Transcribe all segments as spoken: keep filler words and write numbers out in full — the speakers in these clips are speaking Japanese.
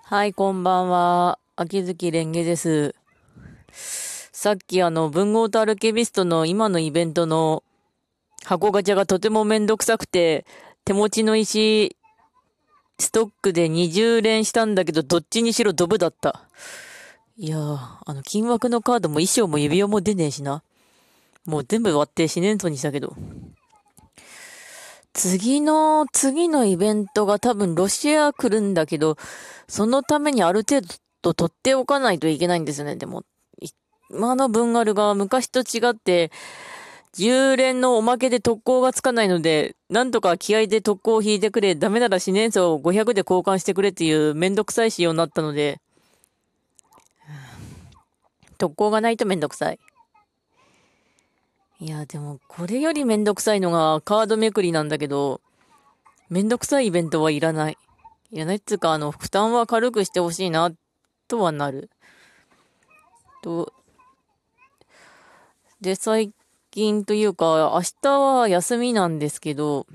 はい、こんばんは。秋月蓮華です。さっきあの、文豪とアルケミストの今のイベントの箱ガチャがとてもめんどくさくて、手持ちの石、ストックでにじゅう連したんだけど、どっちにしろドブだった。いやー、あの、金枠のカードも衣装も指輪も出ねえしな。もう全部割って四年層にしたけど。次の、次のイベントが多分ロシア来るんだけど、そのためにある程度取っておかないといけないんですよね。でも、今の文丸が昔と違って、じゅう連のおまけで特攻がつかないので、なんとか気合で特攻を引いてくれ、ダメなら四年層をごひゃくで交換してくれっていうめんどくさい仕様になったので、特攻がないとめんどくさい。いや、でもこれよりめんどくさいのがカードめくりなんだけど、めんどくさいイベントはいらない。いらないっつうか、あの、負担は軽くしてほしいな、とはなる。と、で、最近というか、明日は休みなんですけど、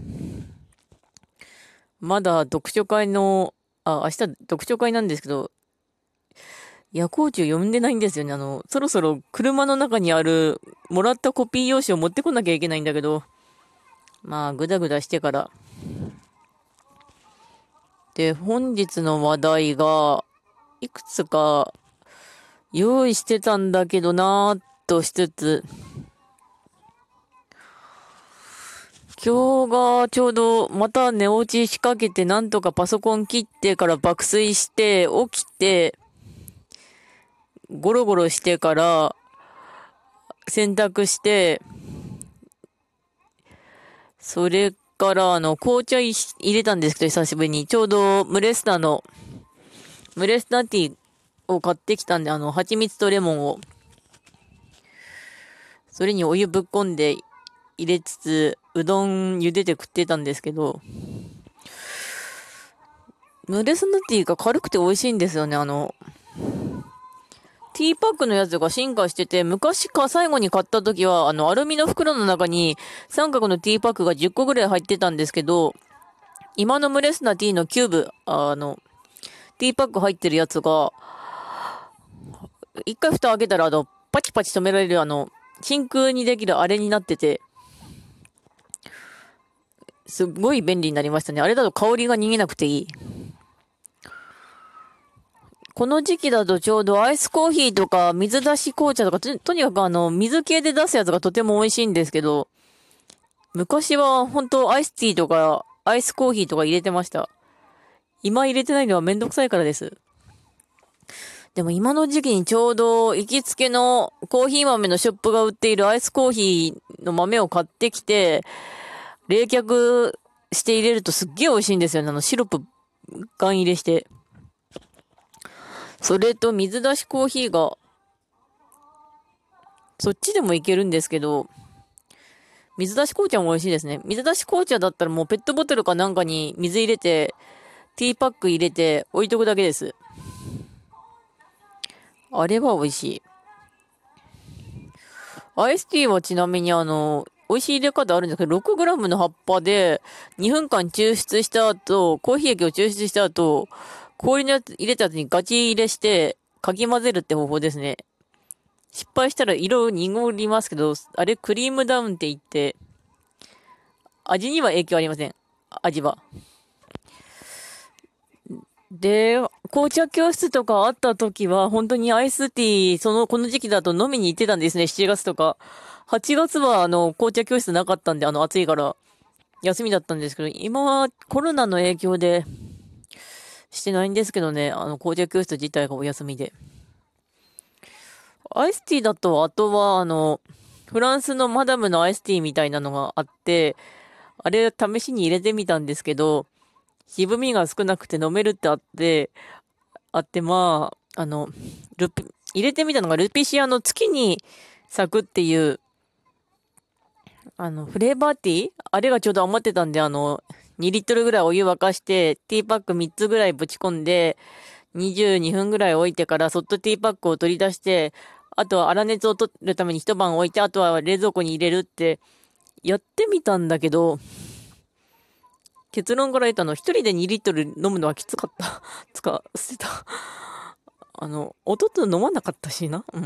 まだ読書会の、あ、明日読書会なんですけど、夜光虫読んでないんですよね。あの、そろそろ車の中にある、もらったコピー用紙を持ってこなきゃいけないんだけど、まあ、ぐだぐだしてから。で、本日の話題が、いくつか用意してたんだけどなーっとしつつ、今日がちょうどまた寝落ち仕掛けてなんとかパソコン切ってから爆睡して起きてゴロゴロしてから洗濯してそれからあの紅茶入れたんですけど久しぶりにちょうどムレスタのムレスタティーを買ってきたんであの蜂蜜とレモンをそれにお湯ぶっこんで入れつつうどん茹でて食ってたんですけどムレスタティーが軽くて美味しいんですよねあのティーパックのやつが進化してて、昔か最後に買った時は、あの、アルミの袋の中に三角のティーパックがじゅっこぐらい入ってたんですけど、今のムレスナティーのキューブ、あの、ティーパック入ってるやつが、一回蓋開けたら、あの、パチパチ止められる、あの、真空にできるあれになってて、すっごい便利になりましたね。あれだと香りが逃げなくていい。この時期だとちょうどアイスコーヒーとか水出し紅茶とかと、とにかくあの、水系で出すやつがとても美味しいんですけど、昔は本当アイスティーとかアイスコーヒーとか入れてました。今入れてないのはめんどくさいからです。でも今の時期にちょうど行きつけのコーヒー豆のショップが売っているアイスコーヒーの豆を買ってきて、冷却して入れるとすっげえ美味しいんですよね。あのシロップガン入れして。それと水出しコーヒーが、そっちでもいけるんですけど、水出し紅茶も美味しいですね。水出し紅茶だったらもうペットボトルかなんかに水入れて、ティーパック入れて置いとくだけです。あれは美味しい。アイスティーはちなみにあの、美味しい入れ方あるんですけど、ろくグラムの葉っぱでにふんかん抽出した後、コーヒー液を抽出した後、氷のやつ入れたやつにガチ入れして、かき混ぜるって方法ですね。失敗したら色濁りますけど、あれクリームダウンって言って、味には影響ありません。味は。で、紅茶教室とかあった時は、本当にアイスティー、その、この時期だと飲みに行ってたんですね、しちがつとか。はちがつは、あの、紅茶教室なかったんで、あの、暑いから、休みだったんですけど、今はコロナの影響で、してないんですけどね、あの、紅茶教室自体がお休みで。アイスティーだと、あとは、あの、フランスのマダムのアイスティーみたいなのがあって、あれ、試しに入れてみたんですけど、渋みが少なくて飲めるってあって、あって、まあ、あの、ルピ、入れてみたのがルピシアの月に咲くっていう、あの、フレーバーティーあれがちょうど余ってたんで、あの、にリットルぐらいお湯沸かして、ティーパックみっつぐらいぶち込んで、にじゅうにふんぐらい置いてから、そっとティーパックを取り出して、あとは粗熱を取るために一晩置いて、あとは冷蔵庫に入れるって、やってみたんだけど、 結論から言ったの、一人でにリットル飲むのはきつかった。つか、捨てた。あの、弟飲まなかったしな。うん。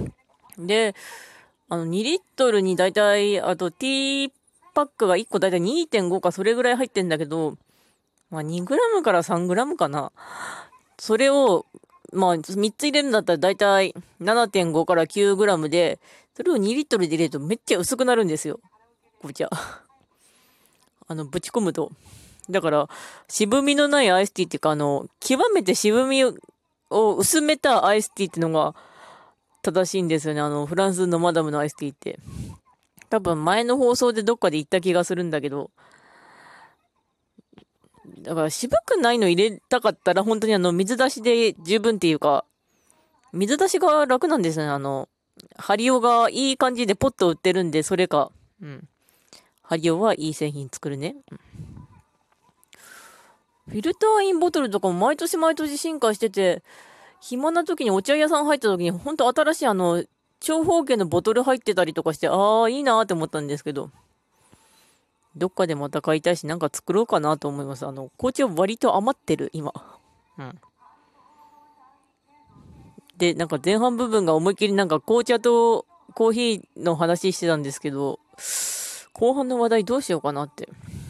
で、あの、にリットルにだいたい、あと、ティーパックがいっこだいたいにてんごかそれぐらい入ってんだけど、まあ、にグラムからさんグラムかな。それを、まあ、みっつ入れるんだったらだいたいななてんごからきゅうグラムで、それをにリットルで入れるとめっちゃ薄くなるんですよ。紅茶。あの、ぶち込むと。だから、渋みのないアイスティーっていうか、あの、極めて渋みを薄めたアイスティーっていうのが正しいんですよね。あの、フランスのマダムのアイスティーって。多分前の放送でどっかで言った気がするんだけど、だから渋くないの入れたかったら本当にあの水出しで十分っていうか、水出しが楽なんですね。あの、ハリオがいい感じでポッと売ってるんで、それか。うん。ハリオはいい製品作るね。うん、フィルターインボトルとかも毎年毎年進化してて、暇な時にお茶屋さん入った時に本当新しいあの、長方形のボトル入ってたりとかして、ああ、いいなーって思ったんですけど、どっかでまた買いたいし、なんか作ろうかなと思います。あの、紅茶割と余ってる、今。うん。で、なんか前半部分が思いっきりなんか紅茶とコーヒーの話してたんですけど、後半の話題どうしようかなって。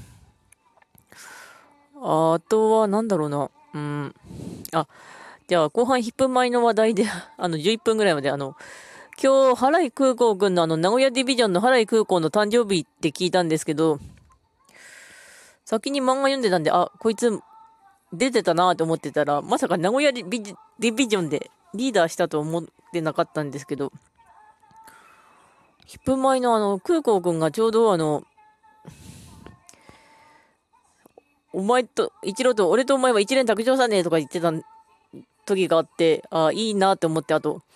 あとは、なんだろうな。うん。あ、じゃあ後半いっぷんまえの話題で、あの、じゅういっぷんぐらいまで、あの、今日、原井空港くんのあの、名古屋ディビジョンの原井空港の誕生日って聞いたんですけど、先に漫画読んでたんで、あ、こいつ出てたなーと思ってたら、まさか名古屋ディビジディビジョンでリーダーしたと思ってなかったんですけど、いっぷんまえのあの、空港くんがちょうどあの、お前と、一郎と、俺とお前は一連卓上さねえとか言ってた時があって、あ、いいなって思って、あと、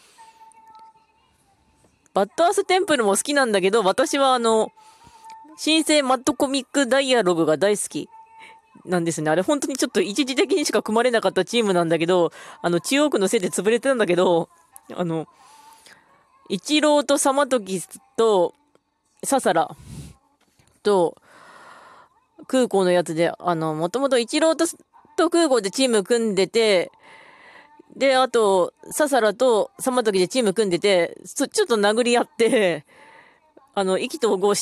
バッドアーステンプルも好きなんだけど、私はあの、新生マットコミックダイアログが大好きなんですね。あれ本当にちょっと一時的にしか組まれなかったチームなんだけど、あの、中央区のせいで潰れてたんだけど、あの、一郎とサマトキと、ササラと、空港のやつで、あの、もともと一郎と、と空港でチーム組んでて、で、あと、ササラとサマトキでチーム組んでて、ちょっと殴り合って、あの、意気投合して、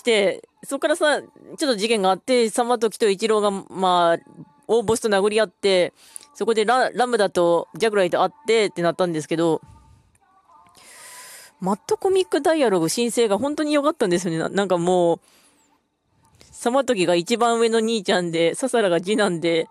そこからさ、ちょっと事件があって、サマトキとイチローが、まあ、大ボスと殴り合って、そこでララムダとジャグライと会ってってなったんですけど、マットコミックダイアログ申請が本当に良かったんですよね。な、なんかもう、サマトキが一番上の兄ちゃんで、ササラが次男で、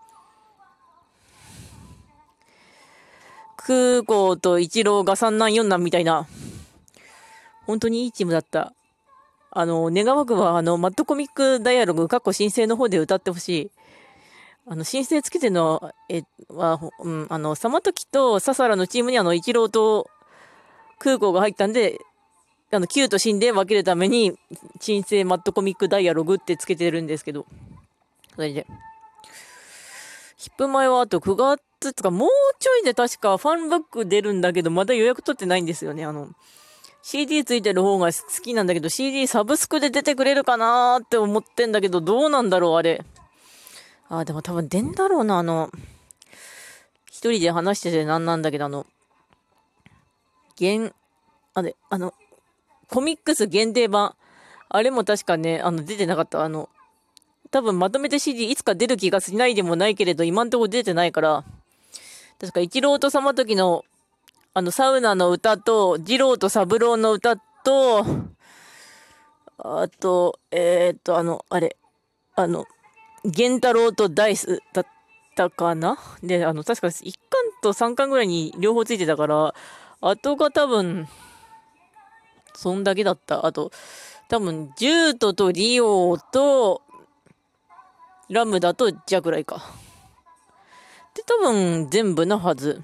空港とイチローが三男四男みたいな、本当にいいチームだった。あの、願わくは、あの、マットコミックダイアログ、過去申請の方で歌ってほしい。あの、申請つけてるの、え、は、うん、あの、サマトキとササラのチームにあの、イチローと空港が入ったんで、あの、Q とシンで分けるために、申請マットコミックダイアログってつけてるんですけど、それで。ヒップ前はあとくがつとか、もうちょいで確かファンブック出るんだけど、まだ予約取ってないんですよね。あの、シーディー ついてる方が好きなんだけど、シーディー サブスクで出てくれるかなーって思ってんだけど、どうなんだろう、あれ。あ、でも多分出んだろうな、あの、一人で話しててなんなんだけど、あの、現、あれ、あの、コミックス限定版。あれも確かね、あの、出てなかった。あの、多分まとめて シーディー いつか出る気がしないでもないけれど、今んところ出てないから、確か、イチローとサマトキの、あの、サウナの歌と、ジローとサブローの歌と、あと、えー、っと、あの、あれ、あの、ゲンタロウとダイスだったかなで、あの、確かいっかんとさんかんぐらいに両方ついてたから、あとが多分、そんだけだった。あと、多分、ジュートとリオと、ラムダとジャグライか。で、多分、全部なはず。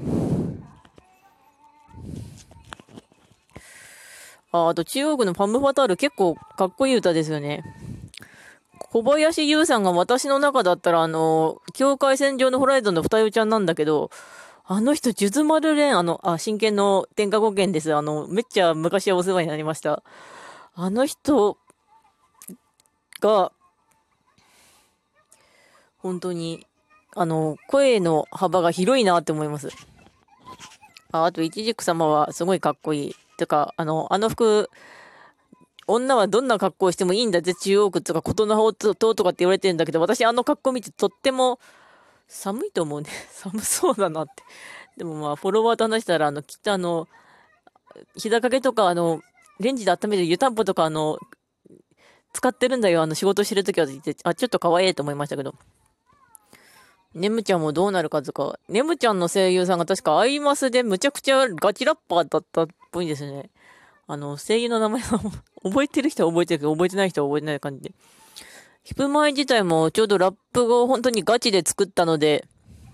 あ、あと中国のパムファタール結構かっこいい歌ですよね。小林優さんが私の中だったら、あの、境界線上のホライゾンの二代ちゃんなんだけど、あの人、ジュズマルレン、あの、あ、真剣の天下五剣です。あの、めっちゃ昔はお世話になりました。あの人が、 本当に、あの、声の幅が広いなって思います。あ、あと、いちじく様はすごいかっこいい。てか、あの、あの服、女はどんな格好をしてもいいんだぜ、中央区とか、琴の葉ととかって言われてるんだけど、私あの格好見てとっても寒いと思うね。寒そうだなって。でもまあ、フォロワーと話したら、あの、きっとあの、膝掛けとか、あの、レンジで温める湯たんぽとか、あの、使ってるんだよ、あの、仕事してるときはって言って、あ、ちょっと可愛いと思いましたけど。ネムちゃんもどうなるかとか、ネムちゃんの声優さんが確かアイマスでむちゃくちゃガチラッパーだったっぽいんですね。あの、声優の名前は覚えてる人は覚えてるけど、覚えてない人は覚えてない感じで。ヒップマイ自体もちょうどラップを本当にガチで作ったので、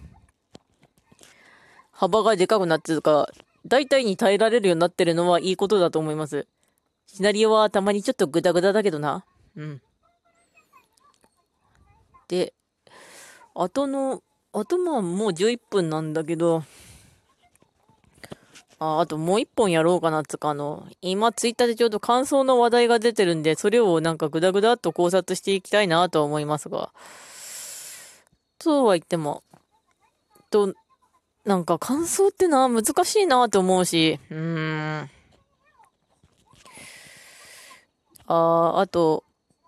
幅がでかくなってるか、大体に耐えられるようになってるのはいいことだと思います。シナリオはたまにちょっとグダグダだけどな。うん。で、あとの、あとまあもうじゅういっぷんなんだけど、あ、あともう一本やろうかなっつうか、あの、今ツイッターでちょうど感想の話題が出てるんで、それをなんかグダグダっと考察していきたいなとは思いますが、そうは言っても、と、なんか感想ってな、難しいなと思うし、うーん。あー、あと、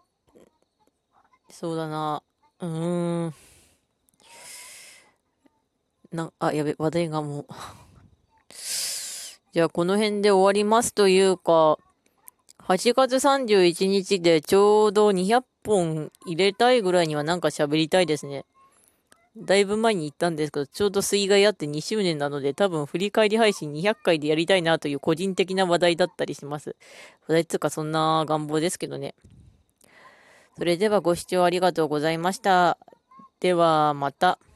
そうだな、うーん。な、あ、やべ、話題がもうじゃあこの辺で終わりますというか、はちがつさんじゅういちにちでちょうどにひゃっぽん入れたいぐらいにはなんか喋りたいですね。だいぶ前に言ったんですけど、ちょうど水害あってにしゅうねんなので、多分振り返り配信にひゃっかいでやりたいなという個人的な話題だったりします。話題っていうかそんな願望ですけどね。それではご視聴ありがとうございました。ではまた。